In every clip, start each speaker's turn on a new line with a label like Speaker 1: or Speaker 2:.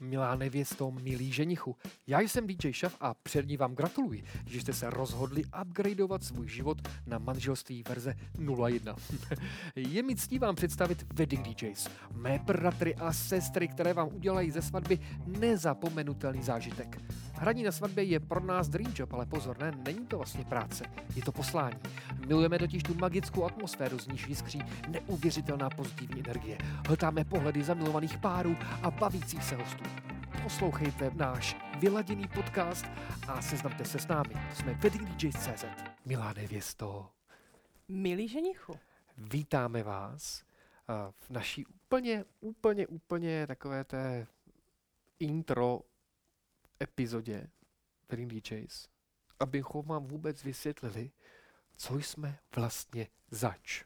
Speaker 1: Milá nevěsto, milý ženichu, já jsem DJ Šaf a přední vám gratuluji, že jste se rozhodli upgradeovat svůj život na manželství verze 01. Je mi ctí vám představit Wedding DJs, mé bratry a sestry, které vám udělají ze svatby nezapomenutelný zážitek. Hraní na svatbě je pro nás dream job, ale pozor, ne, není to vlastně práce, je to poslání. Milujeme totiž tu magickou atmosféru, z níž jiskří neuvěřitelná pozitivní energie. Hltáme pohledy zamilovaných párů a bavících se hostů. Poslouchejte náš vyladěný podcast a seznamte se s námi. Jsme weddingdjs.cz. Milá nevěsto,
Speaker 2: Milý ženichu.
Speaker 1: vítáme vás v naší úplně takové té intro epizodě Wedding DJs, abychom vám vůbec vysvětlili, co jsme vlastně zač.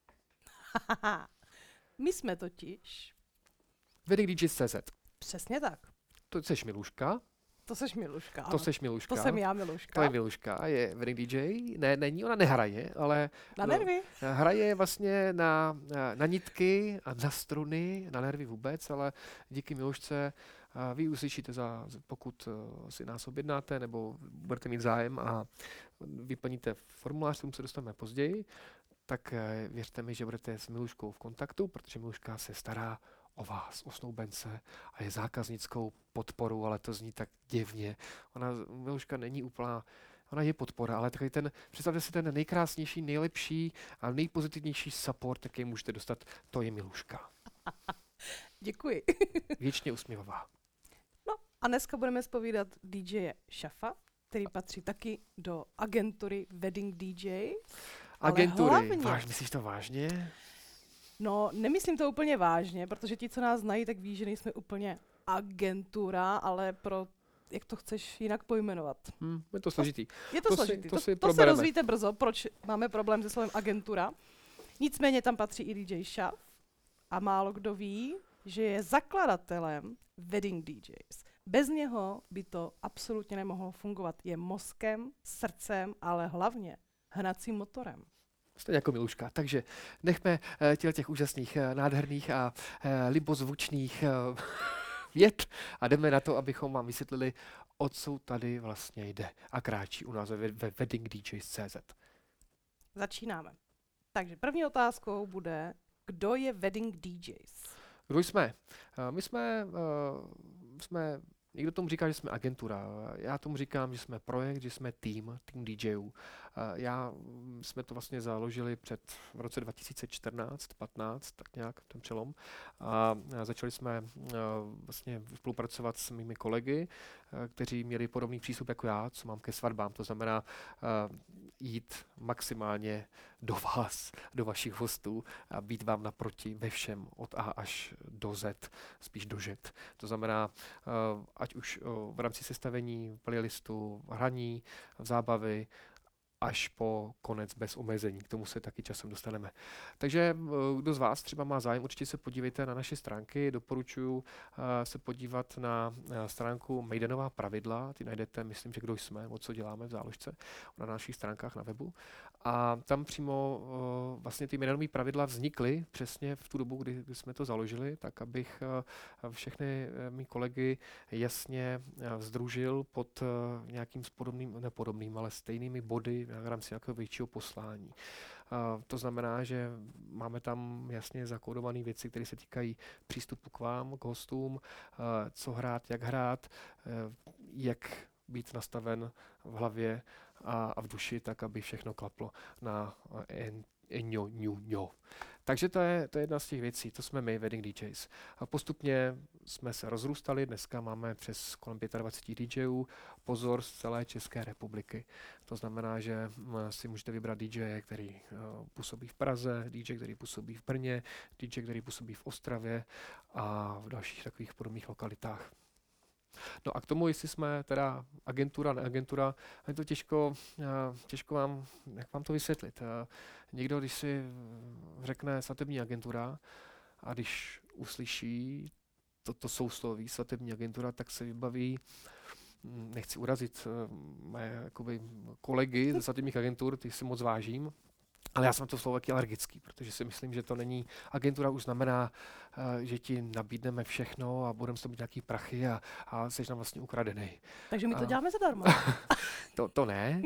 Speaker 2: My jsme totiž...
Speaker 1: weddingdjs.cz.
Speaker 2: Přesně tak.
Speaker 1: To seš Miluška.
Speaker 2: To seš Miluška.
Speaker 1: To
Speaker 2: ano.
Speaker 1: seš Miluška.
Speaker 2: To jsem já, Miluška.
Speaker 1: To je Miluška, je wedding DJ. Ne, není, ona nehraje, ale
Speaker 2: Na nervy.
Speaker 1: hraje vlastně na nitky a na struny, na nervy vůbec, ale díky Milušce vy uslyšíte, pokud si nás objednáte nebo budete mít zájem a vyplníte formulář, k tomu se dostaneme později, tak věřte mi, že budete s Miluškou v kontaktu, protože Miluška se stará o vás, o snoubence a je zákaznickou podporou, ale to zní tak divně. Miluška není úplná, ona je podpora, ale takový představte si ten nejkrásnější, nejlepší a nejpozitivnější support, jaký můžete dostat, to je Miluška.
Speaker 2: Děkuji.
Speaker 1: Věčně usměvavá.
Speaker 2: No a dneska budeme zpovídat DJ Šafa, který patří taky do agentury Wedding DJ.
Speaker 1: Agentury, myslíš to vážně?
Speaker 2: No, nemyslím to úplně vážně, protože ti, co nás znají, tak ví, že nejsme úplně agentura, ale jak to chceš jinak pojmenovat?
Speaker 1: Je to složitý.
Speaker 2: Je to složitý. To se dozvíte brzo, proč máme problém se slovem agentura. Nicméně tam patří i DJ Šaf a málo kdo ví, že je zakladatelem Wedding DJs. Bez něho by to absolutně nemohlo fungovat. Je mozkem, srdcem, ale hlavně hnacím motorem.
Speaker 1: Stejně jako Miluška. Takže nechme těch úžasných, nádherných a libozvučných vět a jdeme na to, abychom vám vysvětlili, o co tady vlastně jde a kráčí u nás ve weddingdjs.cz.
Speaker 2: Začínáme. Takže první otázkou bude, kdo je Wedding DJs?
Speaker 1: Kdo jsme? My jsme někdo tomu říká, že jsme agentura. Já tomu říkám, že jsme projekt, že jsme tým DJů. Jsme to vlastně založili v roce 2014-15, tak nějak ten přelom. A začali jsme vlastně spolupracovat s mými kolegy, kteří měli podobný přístup jako já, co mám ke svatbám. To znamená jít maximálně do vás, do vašich hostů a být vám naproti ve všem od A až do Z, spíš do Z. To znamená, ať už v rámci sestavení playlistu, hraní, zábavy, až po konec bez omezení. K tomu se taky časem dostaneme. Takže kdo z vás třeba má zájem, určitě se podívejte na naše stránky. Doporučuji se podívat na stránku Mejdanová pravidla. Ty najdete, myslím, že kdo jsme, o co děláme v záložce, na našich stránkách na webu. A tam přímo vlastně ty Mejdanové pravidla vznikly přesně v tu dobu, kdy jsme to založili, tak abych všechny mý kolegy jasně sdružil pod nějakým nepodobným, ale stejnými body v rámci nějakého většího poslání. To znamená, že máme tam jasně zakódované věci, které se týkají přístupu k vám, k hostům, co hrát, jak být nastaven v hlavě a v duši, tak aby všechno klaplo na ňo. Takže to je jedna z těch věcí, to jsme my, Wedding DJs. A postupně jsme se rozrůstali, dneska máme přes kolem 25 DJů, pozor z celé České republiky. To znamená, že si můžete vybrat DJ, který působí v Praze, DJ, který působí v Brně, DJ, který působí v Ostravě a v dalších takových podobných lokalitách. No a k tomu, jestli jsme teda agentura, neagentura, je to těžko jak vám to vysvětlit. Někdo, když si řekne svatební agentura a když uslyší toto sousloví svatební agentura, tak se vybaví, nechci urazit mé kolegy ze svatebních agentur, ty si moc vážím, Ale já jsem na to slovo taky alergický, protože si myslím, že to není, agentura už znamená, že ti nabídneme všechno a budeme s tom mít nějaký prachy a jsi nám vlastně ukradený.
Speaker 2: Takže my to děláme zadarmo.
Speaker 1: To ne,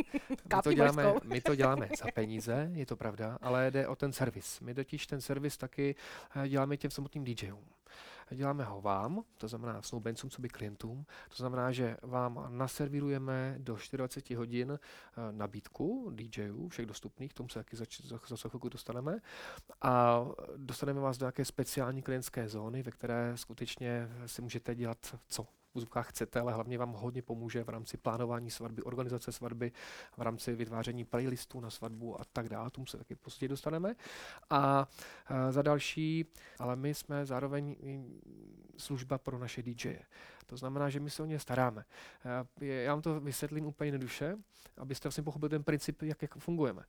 Speaker 1: my to děláme za peníze, je to pravda, ale jde o ten servis. My totiž ten servis taky děláme těm samotným DJům. Děláme ho vám, to znamená snoubencům, co by klientům. To znamená, že vám naservírujeme do 24 hodin nabídku DJů, všech dostupných, k tomu se taky za chvilku dostaneme. A dostaneme vás do nějaké speciální klientské zóny, ve které skutečně si můžete dělat co v úzovkách chcete, ale hlavně vám hodně pomůže v rámci plánování svatby, organizace svatby, v rámci vytváření playlistů na svatbu a tak dále. Tomu se taky později dostaneme. A za další, ale my jsme zároveň služba pro naše DJe. To znamená, že my se o ně staráme. Já vám to vysvětlím úplně jednoduše, abyste vlastně pochopili ten princip, jak fungujeme.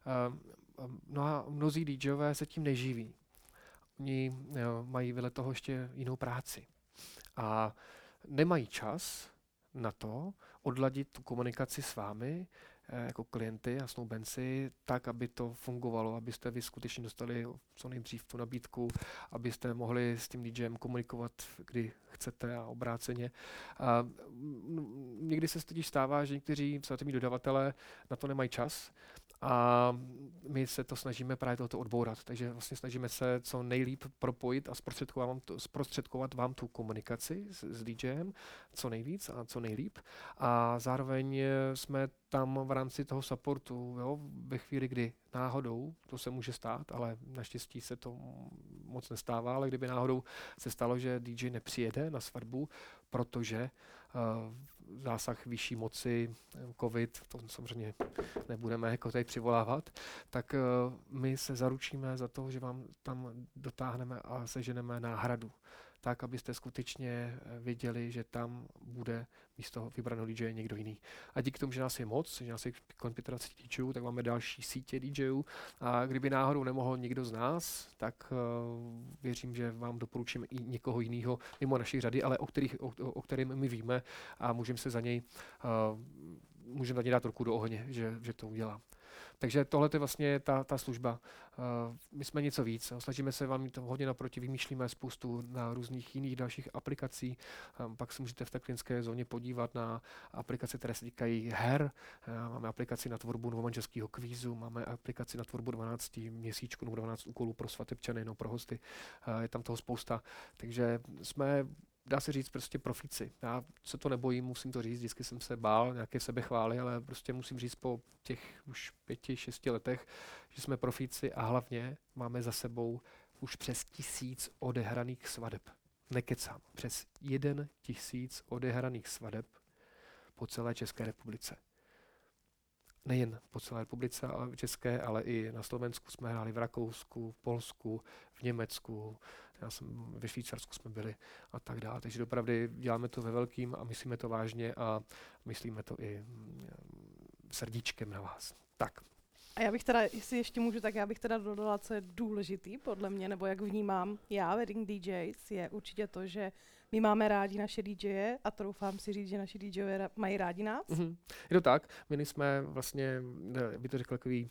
Speaker 1: No a mnozí DJové se tím neživí. Oni mají vedle toho ještě jinou práci. A nemají čas na to odladit tu komunikaci s vámi jako klienty a snoubenci tak, aby to fungovalo, abyste vy skutečně dostali co nejdřív tu nabídku, abyste mohli s tím DJem komunikovat, kdy chcete a obráceně. A někdy se totiž stává, že někteří svatební dodavatelé na to nemají čas a my se to snažíme právě tohoto odbourat. Takže vlastně snažíme se co nejlíp propojit a zprostředkovat vám tu komunikaci s DJem co nejvíc a co nejlíp. A zároveň jsme tam v rámci toho supportu, jo, ve chvíli, kdy náhodou, to se může stát, ale naštěstí se to moc nestává, ale kdyby náhodou se stalo, že DJ nepřijede na svatbu, protože zásah vyšší moci, covid, to samozřejmě nebudeme jako tady přivolávat, tak my se zaručíme za to, že vám tam dotáhneme a seženeme náhradu. Tak, abyste skutečně věděli, že tam bude místo vybraného DJ někdo jiný. A díky tomu, že nás je moc, že nás je kolem 25 DJů, tak máme další sítě DJů. A kdyby náhodou nemohl nikdo z nás, tak věřím, že vám doporučím i někoho jiného mimo naší řady, ale o kterém my víme a můžeme za něj dát ruku do ohně, že to udělá. Takže tohle je vlastně ta služba. My jsme něco víc. Snažíme se vám mít hodně naproti, vymýšlíme spoustu na různých jiných dalších aplikací. Pak se můžete v té klientské zóně podívat na aplikace, které se týkají her. Máme aplikaci na tvorbu novomanželského kvízu, máme aplikaci na tvorbu 12 měsíčků nebo 12 úkolů pro svatebčany, no pro hosty. Je tam toho spousta. Takže jsme, dá se říct, prostě profíci. Já se to nebojím, musím to říct, vždycky jsem se bál nějaké sebechvály, ale prostě musím říct po těch už 5-6 letech, že jsme profíci a hlavně máme za sebou už přes 1000 odehraných svadeb. Nekecám, přes 1000 odehraných svadeb po celé České republice. Nejen po celé republice, ale v České, ale i na Slovensku jsme hráli, v Rakousku, v Polsku, v Německu, ve Švýcarsku jsme byli a tak dále. Takže opravdu děláme to ve velkým a myslíme to vážně a myslíme to i srdíčkem na vás. Tak.
Speaker 2: A já bych teda, jestli ještě můžu, tak já bych teda dodala, co je důležitý podle mě, nebo jak vnímám já wedding DJs, je určitě to, že my máme rádi naše DJe a troufám si říct, že naši DJové mají rádi nás.
Speaker 1: Mm-hmm. Je to tak. My jsme vlastně, by to řekl takový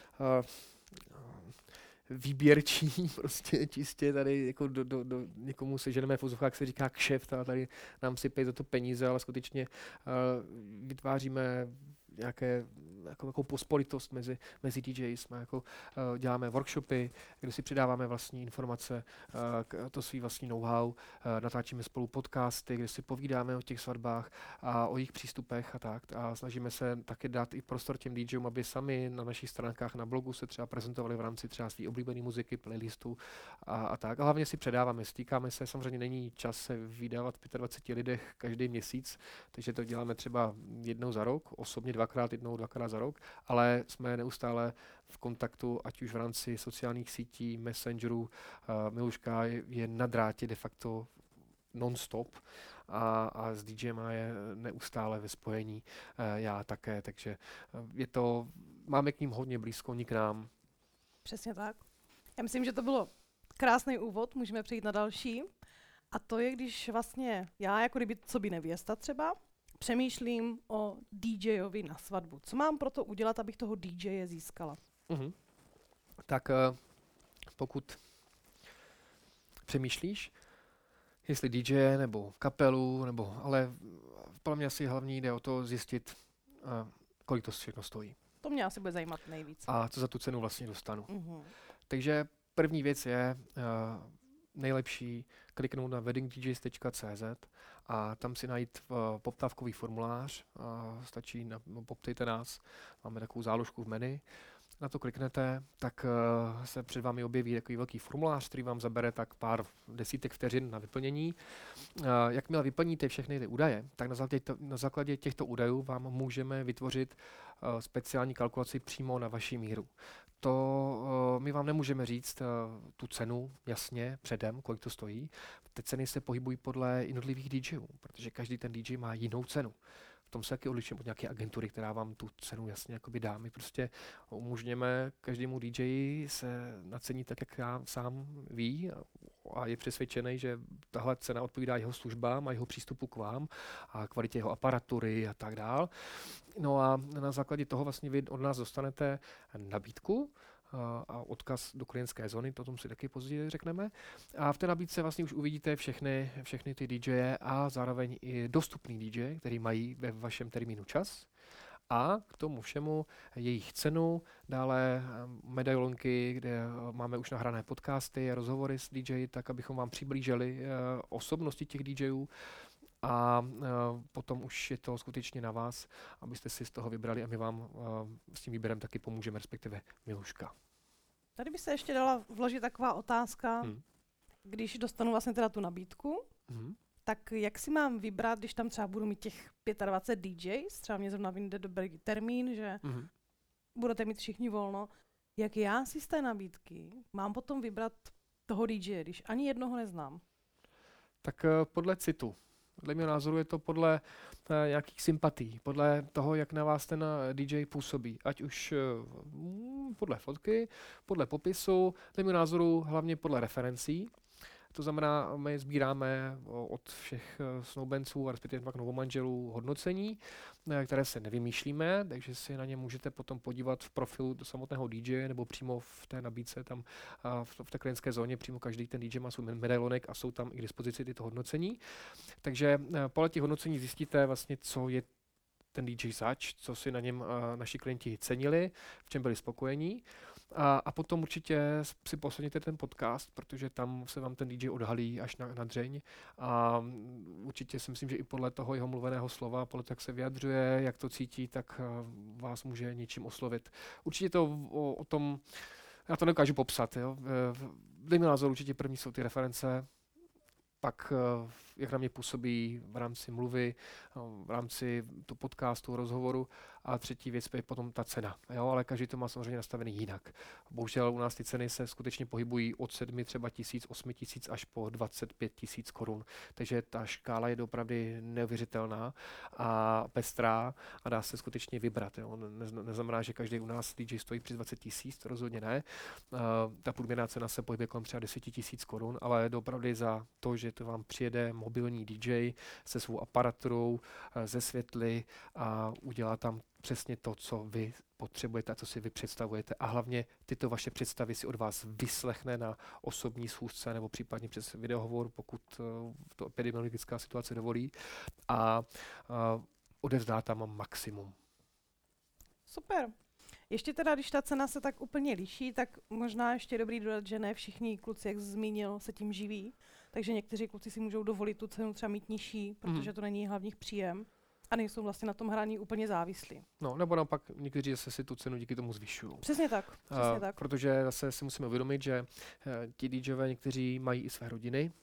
Speaker 1: výběrčí, prostě čistě tady jako do někomu seženeme v úzovkách, se říká kšeft a tady nám sypej za to peníze, ale skutečně vytváříme nějakou pospolitost mezi DJs. Děláme workshopy, kde si přidáváme vlastní informace, to svý vlastní know-how, natáčíme spolu podcasty, kde si povídáme o těch svatbách a o jejich přístupech a tak. A snažíme se taky dát i prostor těm DJům, aby sami na našich stránkách na blogu se třeba prezentovali v rámci třeba svý oblíbené muziky, playlistů a tak. A hlavně si předáváme, stýkáme se, samozřejmě není čas se vydávat 25 lidech každý měsíc, takže to děláme třeba jednou za rok, osobně dvakrát za rok, ale jsme neustále v kontaktu, ať už v rámci sociálních sítí, messengerů. Miluška je na drátě de facto non-stop a s DJem je neustále ve spojení, já také, takže máme k ním hodně blízko, oni k nám.
Speaker 2: Přesně tak. Já myslím, že to bylo krásný úvod, můžeme přejít na další. A to je, když vlastně já jako kdyby coby nevěsta třeba, přemýšlím o DJovi na svatbu. Co mám pro to udělat, abych toho DJe získala?
Speaker 1: Uh-huh. tak pokud přemýšlíš, jestli DJ nebo kapelu, ale podle mě asi hlavně jde o to zjistit, kolik to všechno stojí.
Speaker 2: To mě asi bude zajímat nejvíc.
Speaker 1: A co za tu cenu vlastně dostanu. Takže první věc je nejlepší kliknout na weddingdjs.cz a tam si najít poptávkový formulář. Stačí, poptejte nás, máme takovou záložku v menu. Na to kliknete, tak se před vámi objeví takový velký formulář, který vám zabere tak pár desítek vteřin na vyplnění. Jakmile vyplníte všechny ty údaje, tak na základě těchto údajů vám můžeme vytvořit speciální kalkulaci přímo na vaši míru. To my vám nemůžeme říct tu cenu jasně předem, kolik to stojí. Ty ceny se pohybují podle jednotlivých DJů, protože každý ten DJ má jinou cenu. V tom se taky odlišujeme od nějaké agentury, která vám tu cenu jasně jakoby dá. My prostě umožňujeme každému DJi se nacenit tak, jak sám ví a je přesvědčený, že tahle cena odpovídá jeho službám a jeho přístupu k vám a kvalitě jeho aparatury a tak dál. No a na základě toho vlastně vy od nás dostanete nabídku a odkaz do klientské zóny, to tom si taky později řekneme. A v té nabídce vlastně už uvidíte všechny ty DJe a zároveň i dostupný DJ, který mají ve vašem termínu čas. A k tomu všemu jejich cenu, dále medailonky, kde máme už nahrané podcasty a rozhovory s DJi, tak abychom vám přiblížili osobnosti těch DJů. A potom už je to skutečně na vás, abyste si z toho vybrali a my vám s tím výběrem taky pomůžeme, respektive Miluška.
Speaker 2: Tady by se ještě dala vložit taková otázka, když dostanu vlastně teda tu nabídku, tak jak si mám vybrat, když tam třeba budu mít těch 25 DJs, třeba mě zrovna vyjde dobrý termín, že budete mít všichni volno, jak já si z té nabídky mám potom vybrat toho DJ, když ani jednoho neznám?
Speaker 1: Tak podle citu. Dle mého názoru je to podle nějakých sympatí, podle toho, jak na vás ten DJ působí. Ať už podle fotky, podle popisu, dle mého názoru hlavně podle referencí. To znamená, my sbíráme od všech snoubenců, respektive pak novomanželů hodnocení, které se nevymýšlíme, takže si na ně můžete potom podívat v profilu do samotného DJ nebo přímo v té nabídce, tam v té klientské zóně, přímo každý ten DJ má svůj medailonek a jsou tam i k dispozici tyto hodnocení. Takže podle těch hodnocení zjistíte vlastně, co je ten DJ zač, co si na něm naši klienti cenili, v čem byli spokojení. A potom určitě si posledněte ten podcast, protože tam se vám ten DJ odhalí až na dřeň. A určitě si myslím, že i podle toho jeho mluveného slova, podle toho, jak se vyjadřuje, jak to cítí, tak vás může něčím oslovit. Určitě to o tom, já to nedokážu popsat. Dej mi názor, určitě první jsou ty reference, pak jak na mě působí v rámci mluvy, v rámci tu podcastu, rozhovoru a třetí věc je potom ta cena. Jo? Ale každý to má samozřejmě nastavený jinak. Bohužel u nás ty ceny se skutečně pohybují od 7 třeba 8 tisíc až po 25 000 korun. Takže ta škála je opravdu neuvěřitelná a pestrá a dá se skutečně vybrat. Jo? Neznamená, že každý u nás DJ stojí přes 20 000, to rozhodně ne. Ta průměrná cena se pohybuje kolem třeba 10 000 korun, ale opravdu za to, že to vám přijede mobilní DJ se svou aparaturou, ze světly a udělá tam přesně to, co vy potřebujete a co si vy představujete. A hlavně tyto vaše představy si od vás vyslechne na osobní schůzce nebo případně přes videohovor, pokud to epidemiologická situace dovolí. A odevzdá tam maximum.
Speaker 2: Super. Ještě teda, když ta cena se tak úplně liší, tak možná ještě dobrý dodat, že ne všichni kluci, jak zmínil, se tím živí. Takže někteří kluci si můžou dovolit tu cenu třeba mít nižší, protože to není hlavní příjem a nejsou vlastně na tom hraní úplně závislí.
Speaker 1: No, nebo naopak někteří zase si tu cenu díky tomu zvyšují.
Speaker 2: Přesně tak.
Speaker 1: Protože zase si musíme uvědomit, že ti DJové někteří mají i své rodiny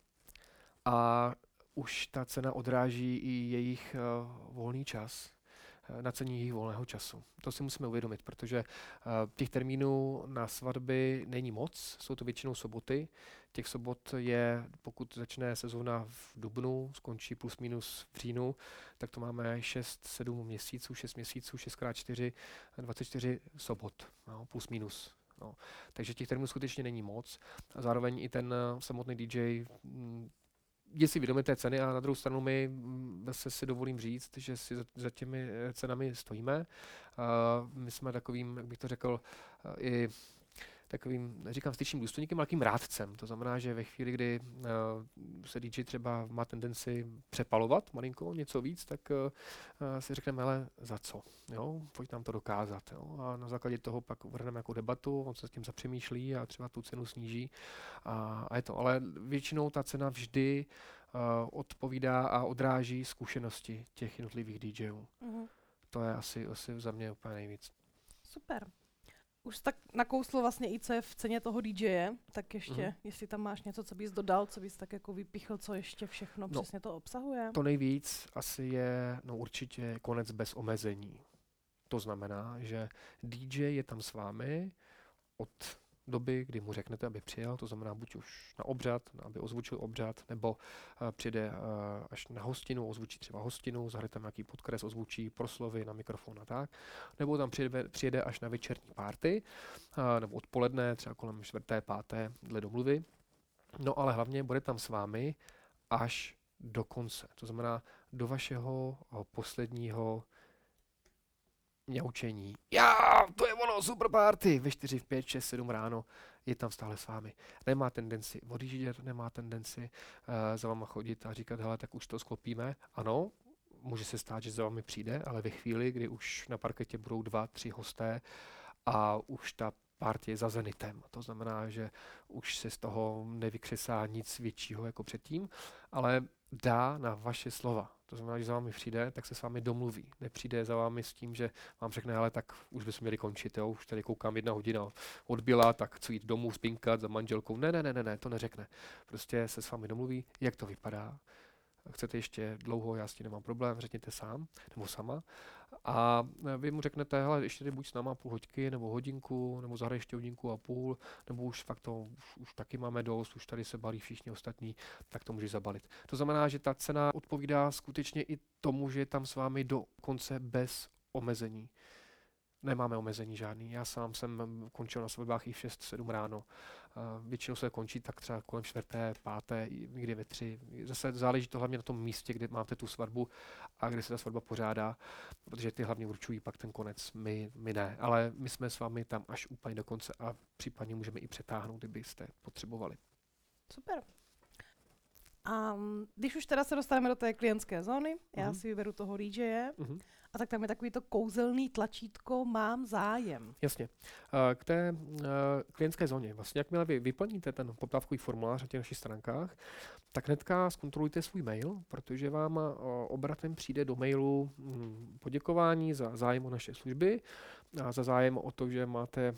Speaker 1: a už ta cena odráží i jejich volný čas, nacení jejich volného času. To si musíme uvědomit, protože těch termínů na svatby není moc, jsou to většinou soboty. Těch sobot je, pokud začne sezóna v dubnu, skončí plus minus v říjnu, tak to máme 6-7 měsíců, 6 měsíců, 6x4, 24 sobot, no, plus minus. No. Takže těch termínů skutečně není moc. A zároveň i ten samotný DJ je si vědomý té ceny a na druhou stranu my zase si dovolím říct, že si za těmi cenami stojíme. My jsme takovým, jak bych to řekl, i takovým, říkám styčným důstojníkem, ale takým rádcem. To znamená, že ve chvíli, kdy se DJ třeba má tendenci přepalovat malinko, něco víc, tak si řekneme, ale za co? Jo? Pojď nám to dokázat. Jo? A na základě toho pak uvedeme jako debatu, on se s tím zapřemýšlí a třeba tu cenu sníží. A je to. Ale většinou ta cena vždy odpovídá a odráží zkušenosti těch jednotlivých DJů. To je asi za mě úplně nejvíc.
Speaker 2: Super. Už tak nakouslo vlastně i co je v ceně toho DJe, tak ještě, jestli tam máš něco, co bys dodal, co bys tak jako vypichl, co ještě všechno přesně to obsahuje?
Speaker 1: To nejvíc asi je určitě konec bez omezení. To znamená, že DJ je tam s vámi od doby, kdy mu řeknete, aby přijel, to znamená buď už na obřad, aby ozvučil obřad, nebo přijde až na hostinu, ozvučí třeba hostinu, zahraje tam nějaký podkres, ozvučí proslovy na mikrofon a tak, nebo tam přijede až na večerní party, nebo odpoledne, třeba kolem 4., 5. dle domluvy. No ale hlavně bude tam s vámi až do konce, to znamená do vašeho posledního mňaučení. To je ono, super party! Ve 4, v 5, 6, 7 ráno je tam stále s vámi. Nemá tendenci odjíždět, nemá tendenci za váma chodit a říkat, hele, tak už to sklopíme. Ano, může se stát, že za vámi přijde, ale ve chvíli, kdy už na parketě budou 2, 3 hosté a už ta party je za zenitem. To znamená, že už se z toho nevykřesá nic většího jako předtím, ale dá na vaše slova. To znamená, že za vámi přijde, tak se s vámi domluví. Nepřijde za vámi s tím, že vám řekne, ale tak už bychom měli končit, jo? Už tady koukám 1 hodina odbyla, tak chci jít domů spinkat za manželkou. Ne, to neřekne. Prostě se s vámi domluví, jak to vypadá. Chcete ještě dlouho, já s tím nemám problém, řekněte sám nebo sama. A vy mu řeknete, hele, ještě tady buď s náma půl hoďky, nebo hodinku, nebo zahraj ještě 1,5 hodiny, nebo už fakt to, už taky máme dost, už tady se balí všichni ostatní, tak to můžeš zabalit. To znamená, že ta cena odpovídá skutečně i tomu, že je tam s vámi do konce bez omezení. Nemáme omezení žádný. Já sám jsem končil na svatbách i v 6, 7 ráno. Většinou se končí tak třeba kolem 4., 5., někdy ve 3. Zase záleží to hlavně na tom místě, kde máte tu svatbu a kde se ta svatba pořádá, protože ty hlavně určují pak ten konec, my ne. Ale my jsme s vámi tam až úplně do konce a případně můžeme i přetáhnout, kdybyste potřebovali.
Speaker 2: Super. A když už teda se dostaneme do té klientské zóny, já si vyberu toho DJe, a tak tam je takový to kouzelný tlačítko mám zájem.
Speaker 1: Jasně. K té klientské zóně. Vlastně jakmile vy vyplníte ten poptávkový formulář na těch našich stránkách, tak hnedka zkontrolujte svůj mail, protože vám obratem přijde do mailu poděkování za zájem o naše služby a za zájem o to, že máte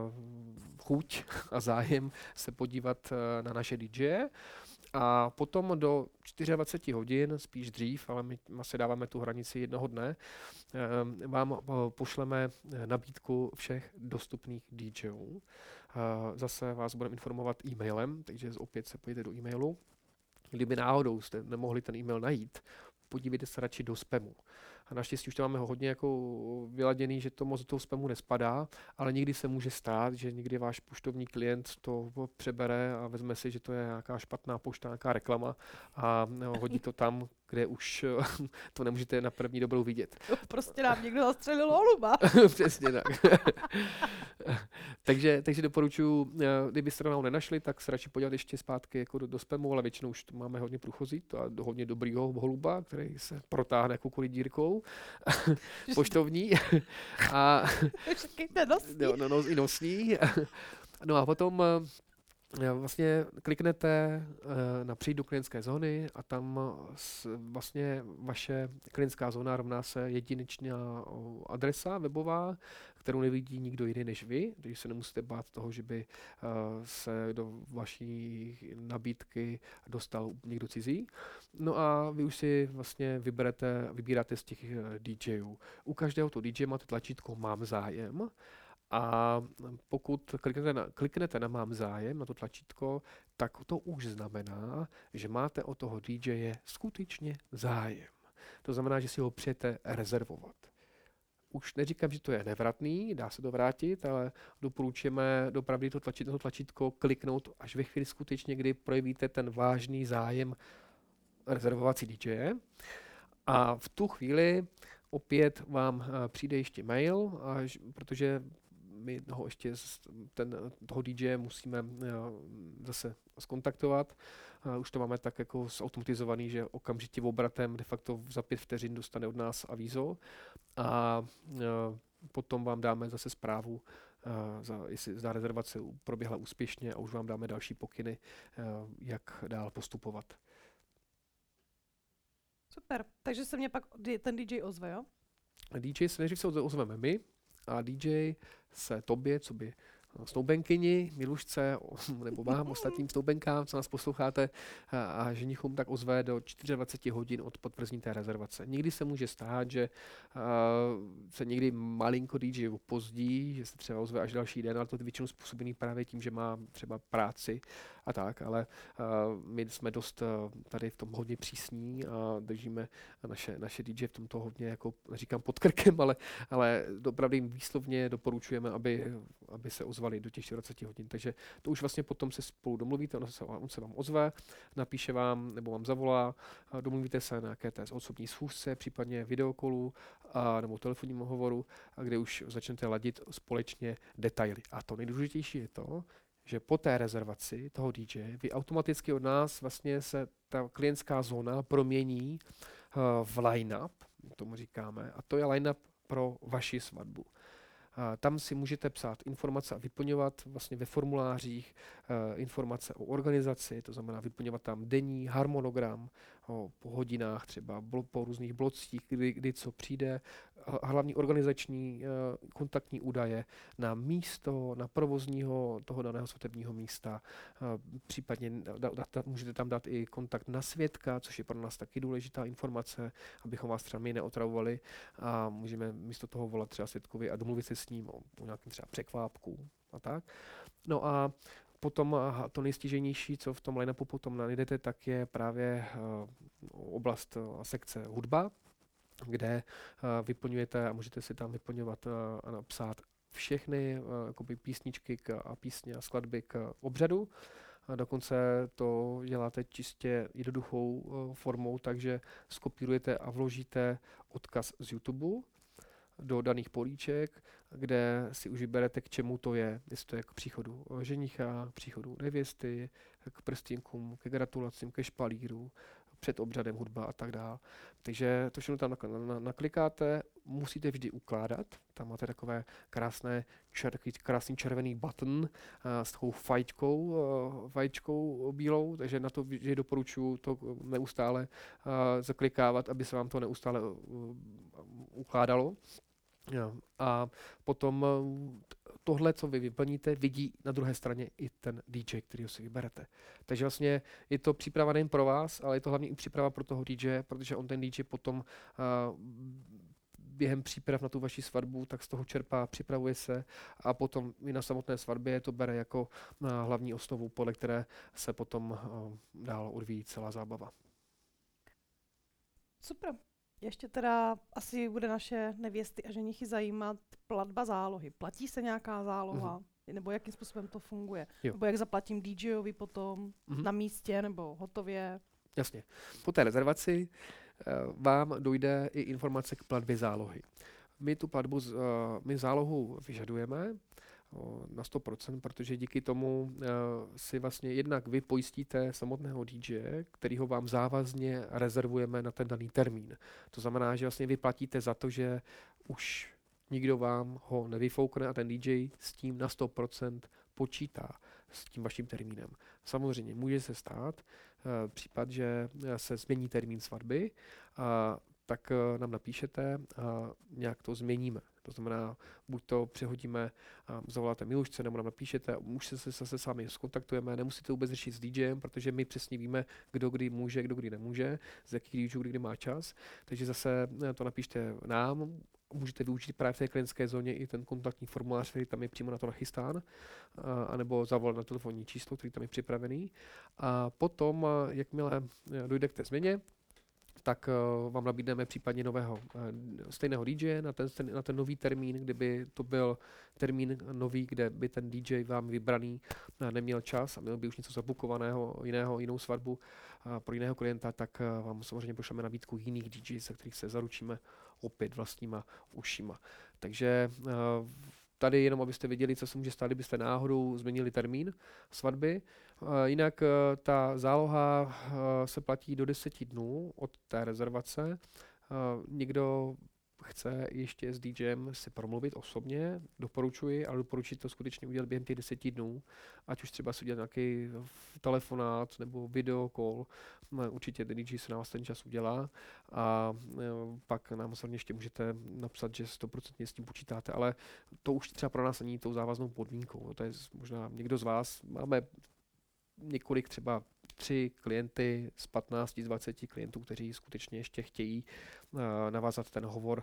Speaker 1: chuť a zájem se podívat na naše DJe. A potom do 24 hodin, spíš dřív, ale my asi dáváme tu hranici 1 dne, vám pošleme nabídku všech dostupných DJů. Zase vás budeme informovat e-mailem, takže opět se pojďte do e-mailu. Kdyby náhodou jste nemohli ten e-mail najít, podívejte se radši do spamu. A naštěstí už to máme hodně jako vyladěný, že to moc do toho spamu nespadá, ale někdy se může stát, že někdy váš poštovní klient to přebere a vezme si, že to je nějaká špatná pošta, nějaká reklama a hodí to tam, kde už to nemůžete na první dobrou vidět.
Speaker 2: Prostě nám někdo zastřelil holuba.
Speaker 1: Přesně tak. takže doporučuji, kdybyste to nenašli, tak se radši podívat ještě zpátky jako do spamu, ale většinou už to máme hodně průchozí a hodně dobrýho holuba, který se protáhne jakoukoliv dírkou poštovní. A i nosní. No a potom vlastně kliknete na přijít do klientské zóny a tam vlastně vaše klientská zóna rovná se jedinečná adresa webová, kterou nevidí nikdo jiný než vy, takže se nemusíte bát toho, že by se do vaší nabídky dostal někdo cizí. No a vy už si vlastně vybíráte z těch DJů. U každého to DJ máte tlačítko mám zájem. A pokud kliknete na mám zájem, na to tlačítko, tak to už znamená, že máte od toho DJe skutečně zájem. To znamená, že si ho přejete rezervovat. Už neříkám, že to je nevratný, dá se to vrátit, ale doporučujeme dopravdy to tlačítko kliknout až ve chvíli skutečně, kdy projevíte ten vážný zájem rezervovací DJe. A v tu chvíli opět vám přijde ještě mail, protože my ho ještě toho DJ musíme zase skontaktovat. Už to máme tak jako zautomatizovaný, že okamžitě obratem de facto za 5 vteřin dostane od nás avízo a potom vám dáme zase zprávu, jestli zda rezervace proběhla úspěšně a už vám dáme další pokyny, jak dál postupovat.
Speaker 2: Super, takže se mě pak ten DJ ozve, jo?
Speaker 1: DJ se nejdřív se ozveme my a DJ se tobě, co by snoubenkyni, milušce, nebo vám, ostatním snoubenkám, co nás posloucháte, a ženichům tak ozve do 24 hodin od potvrzení té rezervace. Někdy se může stát, že se někdy malinko DJ opozdí, že se třeba ozve až další den, ale to je většinou způsobený právě tím, že má třeba práci a tak, ale my jsme dost tady v tom hodně přísní a držíme naše DJ v tomto hodně, jako říkám pod krkem, ale opravdu jim výslovně doporučujeme, aby se ozvali do těch 40 hodin. Takže to už vlastně potom se spolu domluvíte, on se vám ozve, napíše vám nebo vám zavolá, domluvíte se na nějaké té osobní schůzce, případně videokolu nebo telefonním hovoru, kde už začnete ladit společně detaily. A to nejdůležitější je to, že po té rezervaci toho DJ vy automaticky od nás vlastně se ta klientská zóna promění v line-up, tomu říkáme, a to je line-up pro vaši svatbu. Tam si můžete psát informace a vyplňovat vlastně ve formulářích informace o organizaci, to znamená vyplňovat tam denní harmonogram po hodinách, třeba po různých blocích, kdy co přijde, hlavní organizační kontaktní údaje na místo, na provozního toho daného svatebního místa, případně můžete tam dát i kontakt na svědka, což je pro nás taky důležitá informace, abychom vás třeba my neotravovali a můžeme místo toho volat třeba svědkovi a domluvit se s ním o nějakém třeba překvápku a tak. No a potom to nejstěžejnější, co v tom line-upu potom najdete, tak je právě oblast a sekce hudba, kde vyplňujete a můžete si tam vyplňovat a napsat všechny jakoby písničky a písně a skladby k obřadu. A dokonce to děláte čistě jednoduchou formou, takže skopírujete a vložíte odkaz z YouTube do daných políček, kde si už vyberete, k čemu to je. Jestli to je k příchodu ženicha, příchodu nevěsty, k prstínkům, ke gratulacím, ke špalíru, před obřadem hudba a tak dále. Takže to všechno tam naklikáte, musíte vždy ukládat. Tam máte takové krásný červený button s takovou fajčkou bílou, takže na to vždy doporučuji to neustále zaklikávat, aby se vám to neustále ukládalo. A potom tohle, co vy vyplníte, vidí na druhé straně i ten DJ, kterýho si vyberete. Takže vlastně je to příprava nejen pro vás, ale je to hlavně i příprava pro toho DJ, protože on ten DJ potom během příprav na tu vaši svatbu, tak z toho čerpá, připravuje se a potom i na samotné svatbě to bere jako hlavní osnovu, podle které se potom dál odvíjí celá zábava.
Speaker 2: Super. Ještě teda asi bude naše nevěsty a ženichy zajímat platba zálohy. Platí se nějaká záloha? Nebo jakým způsobem to funguje?
Speaker 1: Jo.
Speaker 2: Nebo jak zaplatím DJovi potom na místě nebo hotově?
Speaker 1: Jasně. Po té rezervaci vám dojde i informace k platbě zálohy. My tu platbu, my zálohu vyžadujeme na 100%, protože díky tomu si vlastně jednak vy pojistíte samotného DJ, kterýho vám závazně rezervujeme na ten daný termín. To znamená, že vlastně vy platíte za to, že už nikdo vám ho nevyfoukne a ten DJ s tím na 100% počítá s tím vaším termínem. Samozřejmě může se stát případ, že se změní termín svatby, tak nám napíšete a nějak to změníme. To znamená, buď to přehodíme, zavoláte milušce, nebo nám napíšete, už se zase sami skontaktujeme, nemusíte vůbec řešit s DJem, protože my přesně víme, kdo kdy může, kdo kdy nemůže, z jakých DJů kdy má čas. Takže zase to napište nám, můžete využít právě v té klientské zóně i ten kontaktní formulář, který tam je přímo na to nachystán, anebo zavolat na telefonní číslo, který tam je připravený. A potom, jakmile dojde k té změně, tak vám nabídneme případně stejného DJ na ten nový termín, kdyby to byl termín nový, kde by ten DJ vám vybraný neměl čas a měl by už něco zabukovaného, jinou svatbu pro jiného klienta, tak vám samozřejmě pošleme nabídku jiných DJs, se kterých se zaručíme opět vlastníma ušima. Takže tady jenom, abyste věděli, co se může stát, kdybyste náhodou změnili termín svatby. Jinak ta záloha se platí do 10 dnů od té rezervace. Někdo chce ještě s DJem si promluvit osobně, doporučuji, ale doporučuji to skutečně udělat během těch 10 dnů, ať už třeba si udělat nějaký telefonát nebo video call, určitě ten DJ se na vás ten čas udělá a pak nám samozřejmě ještě můžete napsat, že 100% s tím počítáte, ale to už třeba pro nás není tou závaznou podmínkou, to je možná někdo z vás, máme několik třeba 3 klienty z 15, z 20 klientů, kteří skutečně ještě chtějí navázat ten hovor,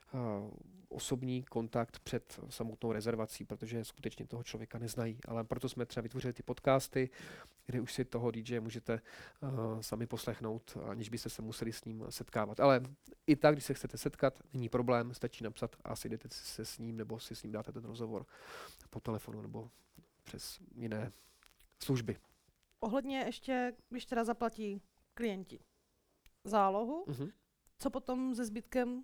Speaker 1: osobní kontakt před samotnou rezervací, protože skutečně toho člověka neznají. Ale proto jsme třeba vytvořili ty podcasty, kde už si toho DJ můžete sami poslechnout, aniž byste se museli s ním setkávat. Ale i tak, když se chcete setkat, není problém, stačí napsat a sejdete se s ním, nebo si s ním dáte ten rozhovor po telefonu nebo přes jiné služby.
Speaker 2: Ohledně ještě, když teda zaplatí klienti zálohu, co potom se zbytkem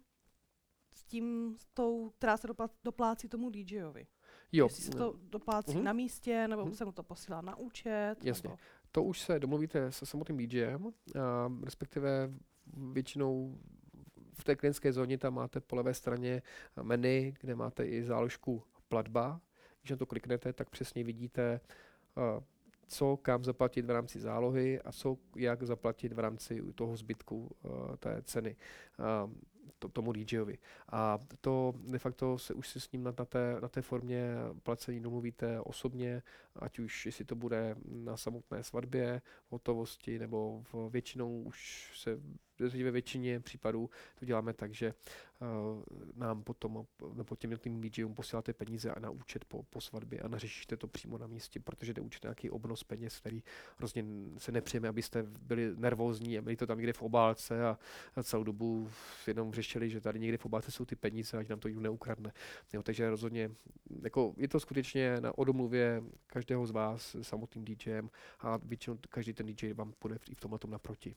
Speaker 2: s tou, která se doplácí tomu DJovi?
Speaker 1: Jo.
Speaker 2: Jestli se to doplácí na místě, nebo se mu to posílá na účet?
Speaker 1: Jasně.
Speaker 2: Nebo...
Speaker 1: To už se domluvíte se samotným DJem, respektive většinou v té klientské zóně tam máte po levé straně menu, kde máte i záložku platba. Když na to kliknete, tak přesně vidíte, co kam zaplatit v rámci zálohy a co jak zaplatit v rámci toho zbytku té ceny tomu DJovi. A to de facto se už si s ním na té formě placení domluvíte osobně, ať už jestli to bude na samotné svatbě, hotovosti, nebo většinou už se ve většině případů to děláme tak, že nám potom nebo těm DJům posíláte peníze a na účet po svatbě a nařešíte to přímo na místě, protože jde určitě nějaký obnos peněz, který hrozně se nepřejeme, abyste byli nervózní a byli to tam někde v obálce a celou dobu jenom řešili, že tady někde v obálce jsou ty peníze, ať nám to nikdo neukradne. Jo, takže rozhodně jako je to skutečně o domluvě každého z vás samotným DJem a většinou každý ten DJ vám půjde i v tomhle tom naproti.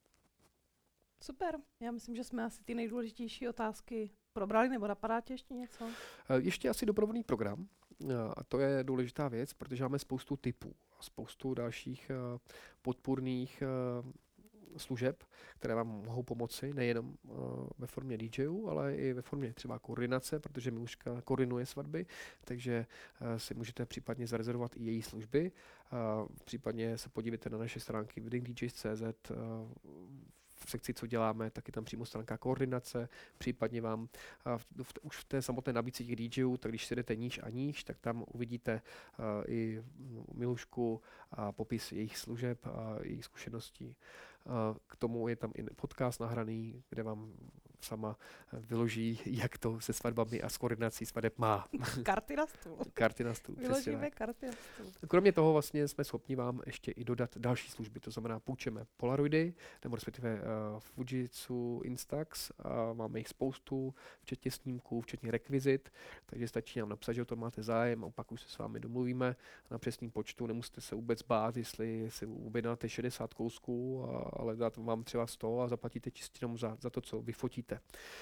Speaker 2: Super, já myslím, že jsme asi ty nejdůležitější otázky probrali, nebo napadá tě ještě něco?
Speaker 1: Ještě asi doprovodný program, a to je důležitá věc, protože máme spoustu typů a spoustu dalších podpůrných služeb, které vám mohou pomoci, nejenom ve formě DJů, ale i ve formě třeba koordinace, protože Miluška koordinuje svatby, takže si můžete případně zarezervovat i její služby. Případně se podívejte na naše stránky weddingdjs.cz, v sekci, co děláme, tak je tam přímo stránka koordinace, případně vám už v té samotné nabídce těch DJů, tak když si jdete níž a níž, tak tam uvidíte i Milušku a popis jejich služeb a jejich zkušeností. K tomu je tam i podcast nahraný, kde vám sama vyloží, jak to se svatbami a s koordinací svateb má.
Speaker 2: Karty na stůl.
Speaker 1: Karty na stůl.
Speaker 2: Vyložíme karty na stůl.
Speaker 1: Kromě toho vlastně jsme schopni vám ještě i dodat další služby, to znamená půjčeme Polaroidy, nebo respektive Fujitsu Instax, a máme jich spoustu, včetně snímků, včetně rekvizit, takže stačí nám napsat, že o tom máte zájem a pak už se s vámi domluvíme na přesným počtu, nemusíte se vůbec bát, jestli si objednáte 60 kousků, ale dát vám třeba 100 a zaplatíte čistě jenom za to, co vyfotíte.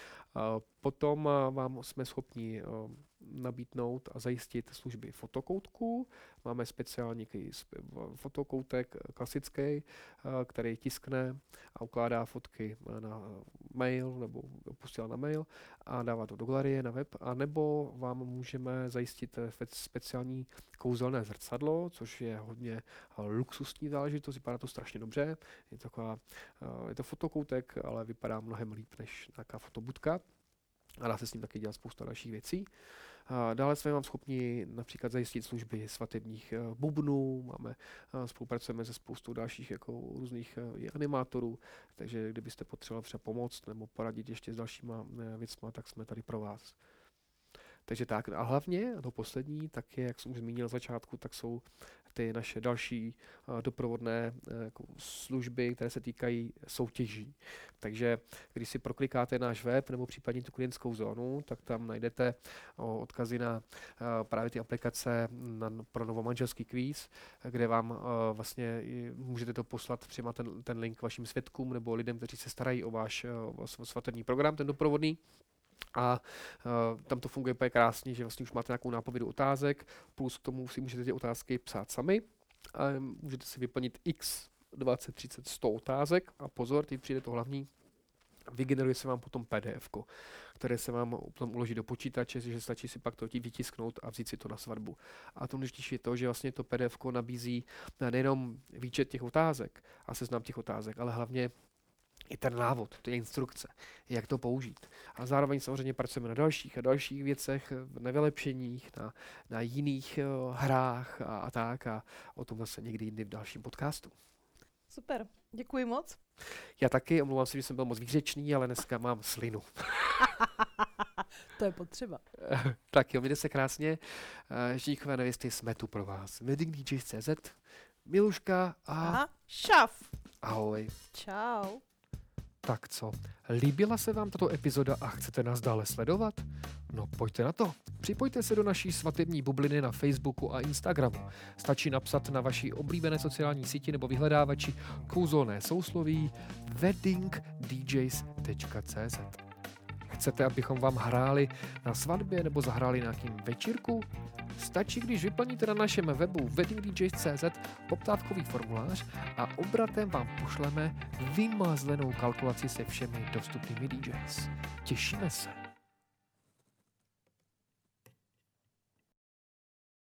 Speaker 1: Potom vám jsme schopni nabídnout a zajistit služby fotokoutků. Máme speciální fotokoutek klasický, který tiskne a ukládá fotky na mail nebo posílá na mail a dává to do galerie na web, a nebo vám můžeme zajistit speciální kouzelné zrcadlo, což je hodně luxusní záležitost, vypadá to strašně dobře. Je to fotokoutek, ale vypadá mnohem líp než nějaká fotobudka. A dá se s ním taky dělat spousta dalších věcí. Dále jsme vám schopni například zajistit služby svatebních bubnů, spolupracujeme se spoustou dalších jako různých animátorů, takže kdybyste potřebovali třeba pomoct nebo poradit ještě s dalšíma věcma, tak jsme tady pro vás. Takže tak, a hlavně, a to poslední, tak je, jak jsem už zmínil na začátku, tak jsou ty naše další doprovodné jako služby, které se týkají soutěží. Takže když si proklikáte náš web nebo případně tu klientskou zónu, tak tam najdete odkazy na právě ty aplikace pro novomanželský kvíz, kde vám vlastně můžete to poslat přímo ten link vašim svědkům nebo lidem, kteří se starají o váš svatební program, ten doprovodný. A tam to funguje úplně krásně, že vlastně už máte nějakou nápovědu otázek, plus k tomu si můžete ty otázky psát sami. A můžete si vyplnit x 20, 30, 100 otázek a pozor, teď přijde to hlavní, vygeneruje se vám potom PDF, které se vám potom uloží do počítače, že stačí si pak to vytisknout a vzít si to na svatbu. A to nejdůležitější je to, že vlastně to PDF nabízí nejenom výčet těch otázek a seznam těch otázek, ale hlavně i ten návod, ty instrukce, jak to použít. A zároveň samozřejmě pracujeme na dalších a dalších věcech, na vylepšeních, na jiných hrách a tak. A o tom zase někdy jindy v dalším podcastu.
Speaker 2: Super, děkuji moc.
Speaker 1: Já taky, omlouvám se, že jsem byl moc výřečný, ale dneska mám slinu.
Speaker 2: To je potřeba.
Speaker 1: Tak jo, mějte se krásně. Ženíchové nevěsty, jsme tu pro vás. WeddingDJs.cz, Miluška a
Speaker 2: Šaf.
Speaker 1: Ahoj.
Speaker 2: Čau.
Speaker 1: Tak co, líbila se vám tato epizoda a chcete nás dále sledovat? No pojďte na to. Připojte se do naší svatební bubliny na Facebooku a Instagramu. Stačí napsat na vaší oblíbené sociální síti nebo vyhledávači kouzelné sousloví weddingdjs.cz. Chcete, abychom vám hráli na svatbě nebo zahráli nějakým večírku? Stačí, když vyplníte na našem webu weddingdjs.cz poptávkový formulář a obratem vám pošleme vymazlenou kalkulaci se všemi dostupnými DJs. Těšíme se.